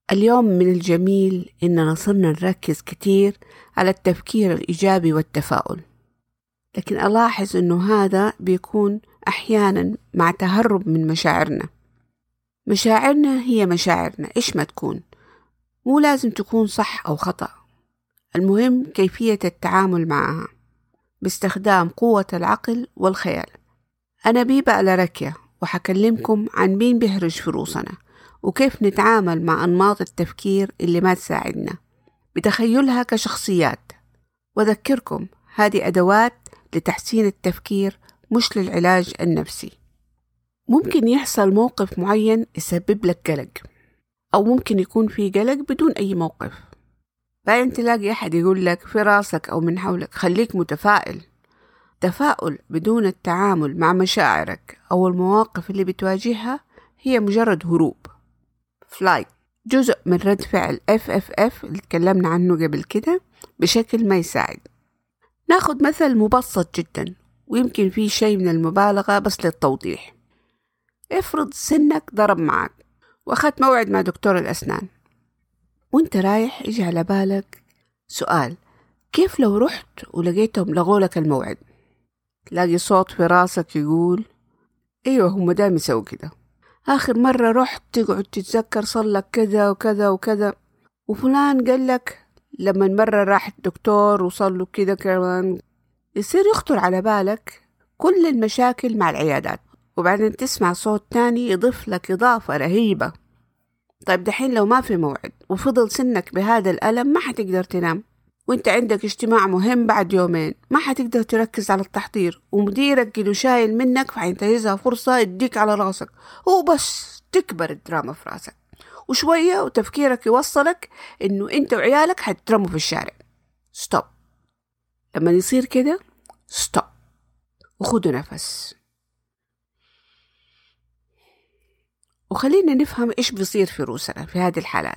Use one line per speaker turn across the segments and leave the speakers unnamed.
اليوم من الجميل إننا صرنا نركز كتير على التفكير الإيجابي والتفاؤل، لكن ألاحظ إنه هذا بيكون أحيانا مع تهرب من مشاعرنا. مشاعرنا هي مشاعرنا إيش ما تكون، مو لازم تكون صح أو خطأ، المهم كيفية التعامل معها باستخدام قوة العقل والخيال. أنا بيبة على ركية، وحكلمكم عن مين بيهرج في روسنا وكيف نتعامل مع أنماط التفكير اللي ما تساعدنا بتخيلها كشخصيات. وذكركم هذه أدوات لتحسين التفكير مش للعلاج النفسي. ممكن يحصل موقف معين يسبب لك قلق، أو ممكن يكون في قلق بدون أي موقف، بعدين تلاقي أحد يقول لك في راسك أو من حولك خليك متفائل. تفاؤل بدون التعامل مع مشاعرك أو المواقف اللي بتواجهها هي مجرد هروب، فلايت، جزء من رد فعل FFF اللي تكلمنا عنه قبل كده بشكل ما يساعد. ناخد مثل مبسط جدا ويمكن فيه شيء من المبالغة بس للتوضيح. افرض سنك ضرب معك وأخذت موعد مع دكتور الأسنان، وانت رايح يجي على بالك سؤال: كيف لو رحت ولقيتهم لغولك الموعد؟ تلاقي صوت في راسك يقول ايوه هم دايما يسووا كده، آخر مرة رحت تقعد تتذكر صلك كذا وكذا وكذا، وفلان قال لك لما مرة راح الدكتور وصلوا كذا كمان. يصير يخطر على بالك كل المشاكل مع العيادات، وبعدين تسمع صوت تاني يضيف لك إضافة رهيبة. طيب دحين لو ما في موعد وفضل سنك بهذا الألم ما حتقدر تنام، وانت عندك اجتماع مهم بعد يومين ما حتقدر تركز على التحضير، ومديرك قلو شايل منك فحينتهزها فرصة يديك على راسك، وبس تكبر الدراما في راسك، وشوية وتفكيرك يوصلك انه انت وعيالك حترموا في الشارع. ستوب. لما يصير كده ستوب وخدوا نفس، وخلينا نفهم إيش بيصير في روسنا في هذه الحالات.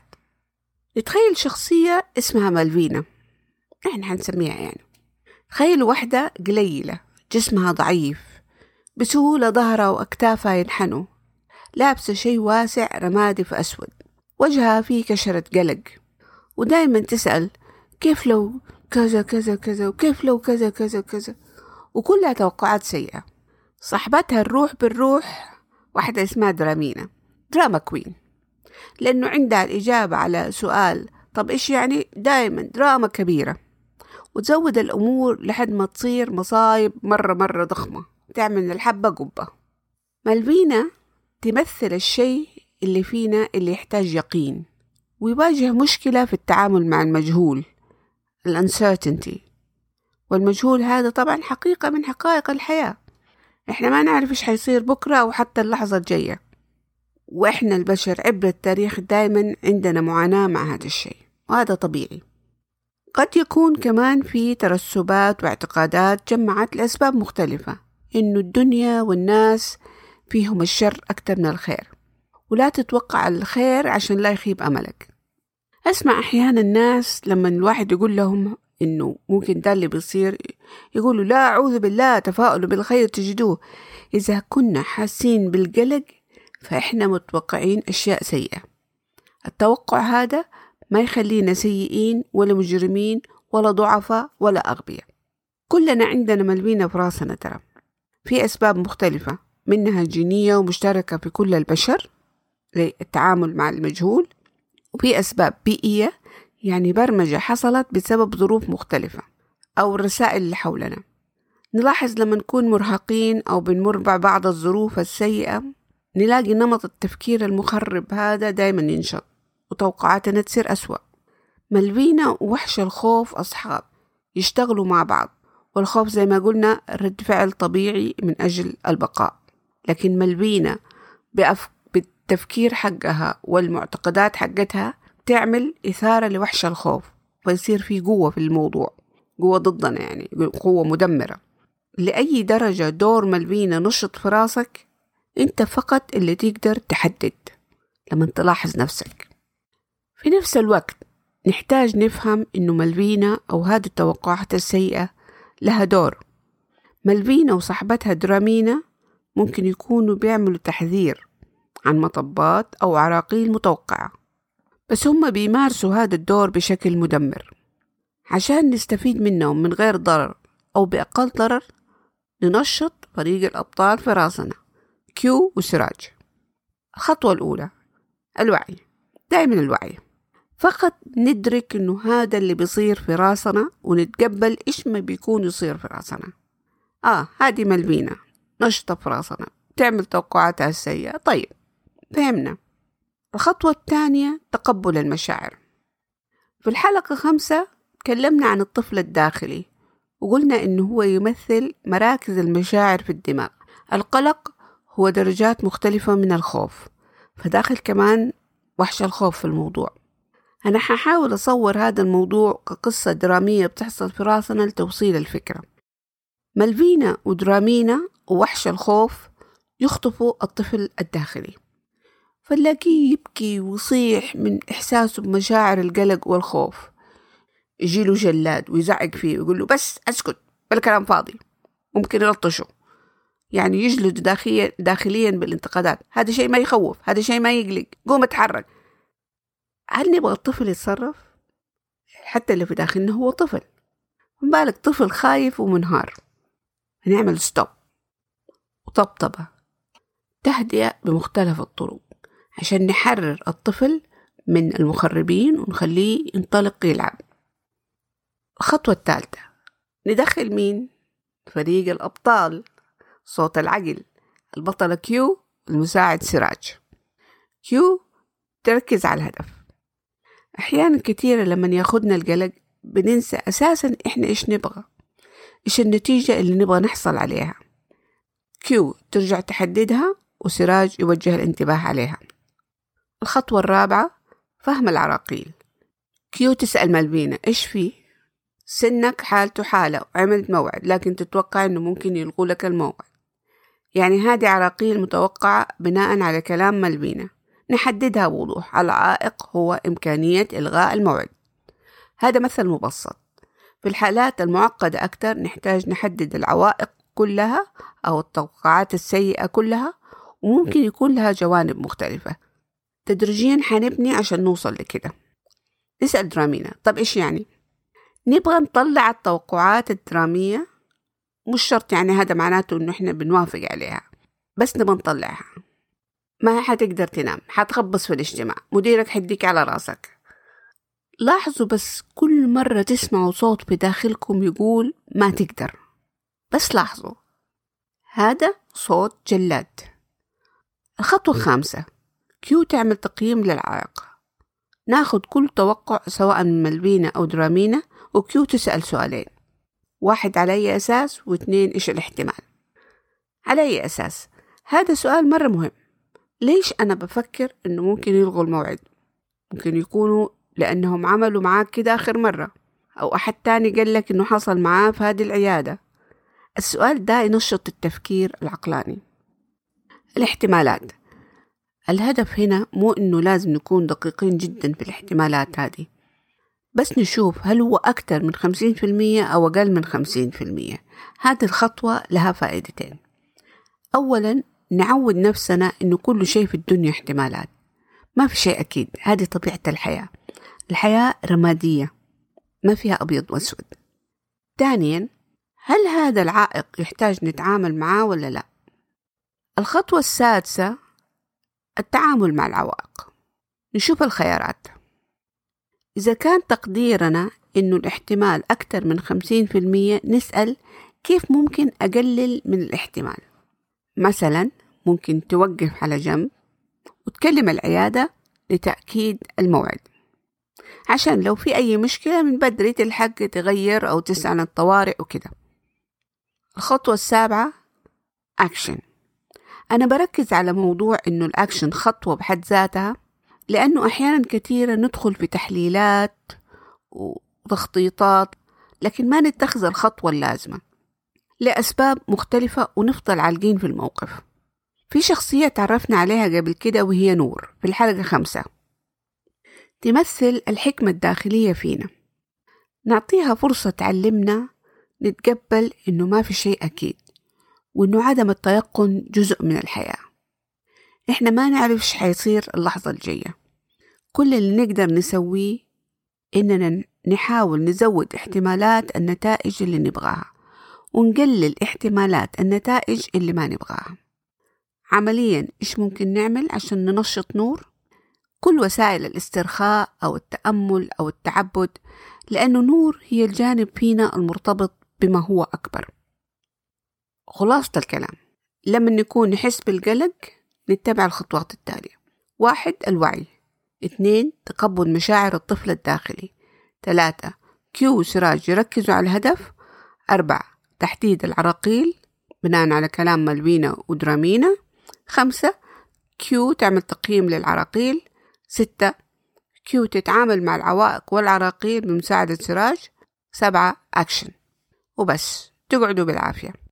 نتخيل شخصية اسمها مالفينا، إحنا حنسميها يعني. تخيلوا واحدة قليلة جسمها ضعيف، بسهولة ظهرها وأكتافها ينحنوا، لابسة شيء واسع رمادي في أسود، وجهها فيه كشرة قلق، ودايما تسأل كيف لو كذا كذا كذا، وكيف لو كذا كذا كذا، وكلها توقعات سيئة. صاحبتها الروح بالروح واحدة اسمها دراما كوين، لأنه عندها الإجابة على سؤال طب إيش يعني، دائما دراما كبيرة، وتزود الأمور لحد ما تصير مصايب مرة ضخمة تعمل الحبة قبة. مالفينا تمثل الشيء اللي فينا اللي يحتاج يقين ويواجه مشكلة في التعامل مع المجهول، الانسرتينتي. والمجهول هذا طبعا حقيقة من حقائق الحياة، إحنا ما نعرف إيش حيصير بكرة أو حتى اللحظة الجاية، وإحنا البشر عبر التاريخ دايما عندنا معاناة مع هذا الشيء، وهذا طبيعي. قد يكون كمان في ترسبات واعتقادات جمعت لأسباب مختلفة إنه الدنيا والناس فيهم الشر أكتر من الخير، ولا تتوقع الخير عشان لا يخيب أملك. أسمع أحيانا الناس لما الواحد يقول لهم إنه ممكن ده اللي بيصير يقولوا لا أعوذ بالله، تفاؤلوا بالخير تجدوه. إذا كنا حاسين بالقلق فإحنا متوقعين أشياء سيئة. التوقع هذا ما يخلينا سيئين ولا مجرمين ولا ضعفاء ولا أغبياء. كلنا عندنا ملبينا في راسنا ترى، في أسباب مختلفة منها جينية ومشتركة في كل البشر للتعامل مع المجهول، وفي أسباب بيئية يعني برمجة حصلت بسبب ظروف مختلفة أو الرسائل اللي حولنا. نلاحظ لما نكون مرهقين أو بنمر ببعض الظروف السيئة نلاقي نمط التفكير المخرب هذا دايما ينشط وتوقعاتنا تصير أسوأ. مالفينا ووحش الخوف أصحاب يشتغلوا مع بعض، والخوف زي ما قلنا رد فعل طبيعي من أجل البقاء، لكن مالفينا بالتفكير حقها والمعتقدات حقتها تعمل إثارة لوحش الخوف، ويصير في قوة في الموضوع، قوة ضدنا يعني قوة مدمرة. لأي درجة دور مالفينا نشط في راسك أنت فقط اللي تقدر تحدد لما تلاحظ نفسك. في نفس الوقت نحتاج نفهم إنه مالفينا أو هذه التوقعات السيئة لها دور. مالفينا وصاحبتها درامينا ممكن يكونوا بيعملوا تحذير عن مطبات أو عراقيل متوقعة، بس هم بيمارسوا هذا الدور بشكل مدمر. عشان نستفيد منهم من غير ضرر أو بأقل ضرر ننشط فريق الأبطال في راسنا كيو وسراج. الخطوة الأولى الوعي. دائما الوعي، فقط ندرك إنه هذا اللي بيصير في راسنا ونتقبل إيش ما بيكون يصير في راسنا. هذه ملبينا نشطة في راسنا تعمل توقعاتها السيئة. طيب فهمنا. الخطوة الثانية تقبل المشاعر. في الحلقة 5 تكلمنا عن الطفل الداخلي وقلنا إنه هو يمثل مراكز المشاعر في الدماغ. القلق هو درجات مختلفة من الخوف، فداخل كمان وحش الخوف في الموضوع. أنا ححاول أصور هذا الموضوع كقصة درامية بتحصل في راسنا لتوصيل الفكرة. ملفينا ودرامينا ووحش الخوف يخطفوا الطفل الداخلي، فنلاقيه يبكي ويصيح من إحساسه بمشاعر القلق والخوف. يجيله جلاد ويزعق فيه ويقول له بس أسكت، بالكلام فاضي. ممكن يلطشه، يعني يجلد داخليا بالانتقادات. هذا شيء ما يخوف، هذا شيء ما يقلق، قوم اتحرك. هل نبغى الطفل يتصرف؟ حتى اللي في داخلنا هو طفل، بالك طفل خايف ومنهار. هنعمل ستوب وطبطبة تهدئة بمختلف الطرق عشان نحرر الطفل من المخربين ونخليه ينطلق يلعب. الخطوة الثالثة ندخل مين؟ فريق الأبطال، صوت العقل، البطلة كيو، المساعد سراج. كيو تركز على الهدف. أحيانا كثيرة لما ياخدنا القلق بننسى أساسا إحنا إيش نبغى، إيش النتيجة اللي نبغى نحصل عليها. كيو ترجع تحددها وسراج يوجه الانتباه عليها. الخطوة الرابعة فهم العراقيل. كيو تسأل مالفينا إيش فيه؟ سنك حالته حالة وعملت موعد، لكن تتوقع إنه ممكن يلغوا لك الموعد. يعني هذه عراقيل متوقعة بناء على كلام مالفينا. نحددها بوضوح. العائق هو إمكانية إلغاء الموعد. هذا مثل مبسط. في الحالات المعقدة أكثر نحتاج نحدد العوائق كلها أو التوقعات السيئة كلها، وممكن يكون لها جوانب مختلفة. تدريجيا حنبني عشان نوصل لكده. نسأل درامينا طب إيش يعني؟ نبغى نطلع التوقعات الدرامية، مش شرط يعني هذا معناته إنه إحنا بنوافق عليها، بس نبغى نطلعها. ما حتقدر تنام، حتخبص في الاجتماع، مديرك حيديك على راسك. لاحظوا بس كل مرة تسمعوا صوت بداخلكم يقول ما تقدر، بس لاحظوا هذا صوت جلاد. الخطوة 5 كيو تعمل تقييم للعائق. ناخد كل توقع سواء من مالفينا أو درامينا، وكيو تسأل سؤالين: 1 على أي أساس، و2 إيش الاحتمال. على أي أساس؟ هذا سؤال مرة مهم. ليش أنا بفكر إنه ممكن يلغوا الموعد؟ ممكن يكونوا لأنهم عملوا معاك كده آخر مرة، أو أحد تاني قال لك إنه حصل معاه في هذه العيادة. السؤال ده ينشط التفكير العقلاني. الاحتمالات. الهدف هنا مو إنه لازم نكون دقيقين جدا في الاحتمالات هذه، بس نشوف هل هو أكتر من 50% أو أقل من 50%. هذه الخطوة لها فائدتين. أولا نعود نفسنا إنه كل شيء في الدنيا احتمالات، ما في شيء أكيد. هذه طبيعة الحياة. الحياة رمادية ما فيها أبيض وأسود. ثانيا هل هذا العائق يحتاج نتعامل معاه ولا لا؟ الخطوة السادسة التعامل مع العوائق. نشوف الخيارات. إذا كان تقديرنا إنه الاحتمال أكثر من 50%، نسأل كيف ممكن أقلل من الاحتمال. مثلا ممكن توقف على جنب وتكلم العيادة لتأكيد الموعد، عشان لو في أي مشكلة من بدري تلحق تغير أو تسأل الطوارئ وكده. الخطوة 7 أكشن. أنا بركز على موضوع إنه الأكشن خطوة بحد ذاتها، لأنه أحيانا كثيرة ندخل في تحليلات وتخطيطات لكن ما نتخذ الخطوة اللازمة لأسباب مختلفة ونفضل عالقين في الموقف. في شخصية تعرفنا عليها قبل كده وهي نور في الحلقة 5، تمثل الحكمة الداخلية فينا. نعطيها فرصة تعلمنا نتقبل إنه ما في شيء أكيد، وإنه عدم التيقن جزء من الحياة. إحنا ما نعرف إيش حيصير اللحظة الجاية. كل اللي نقدر نسويه إننا نحاول نزود احتمالات النتائج اللي نبغاها ونقلل احتمالات النتائج اللي ما نبغاها. عمليا إيش ممكن نعمل عشان ننشط نور؟ كل وسائل الاسترخاء أو التأمل أو التعبد، لأنه نور هي الجانب فينا المرتبط بما هو أكبر. خلاصة الكلام، لما نكون نحس بالقلق نتبع الخطوات التالية: 1. الوعي. 2. تقبل مشاعر الطفل الداخلي. 3. كيو سراج يركزوا على الهدف. 4. تحديد العراقيل بناء على كلام مالفينا ودرامينا. 5. كيو تعمل تقييم للعراقيل. 6. كيو تتعامل مع العوائق والعراقيل بمساعدة سراج. 7. أكشن. وبس، تقعدوا بالعافية.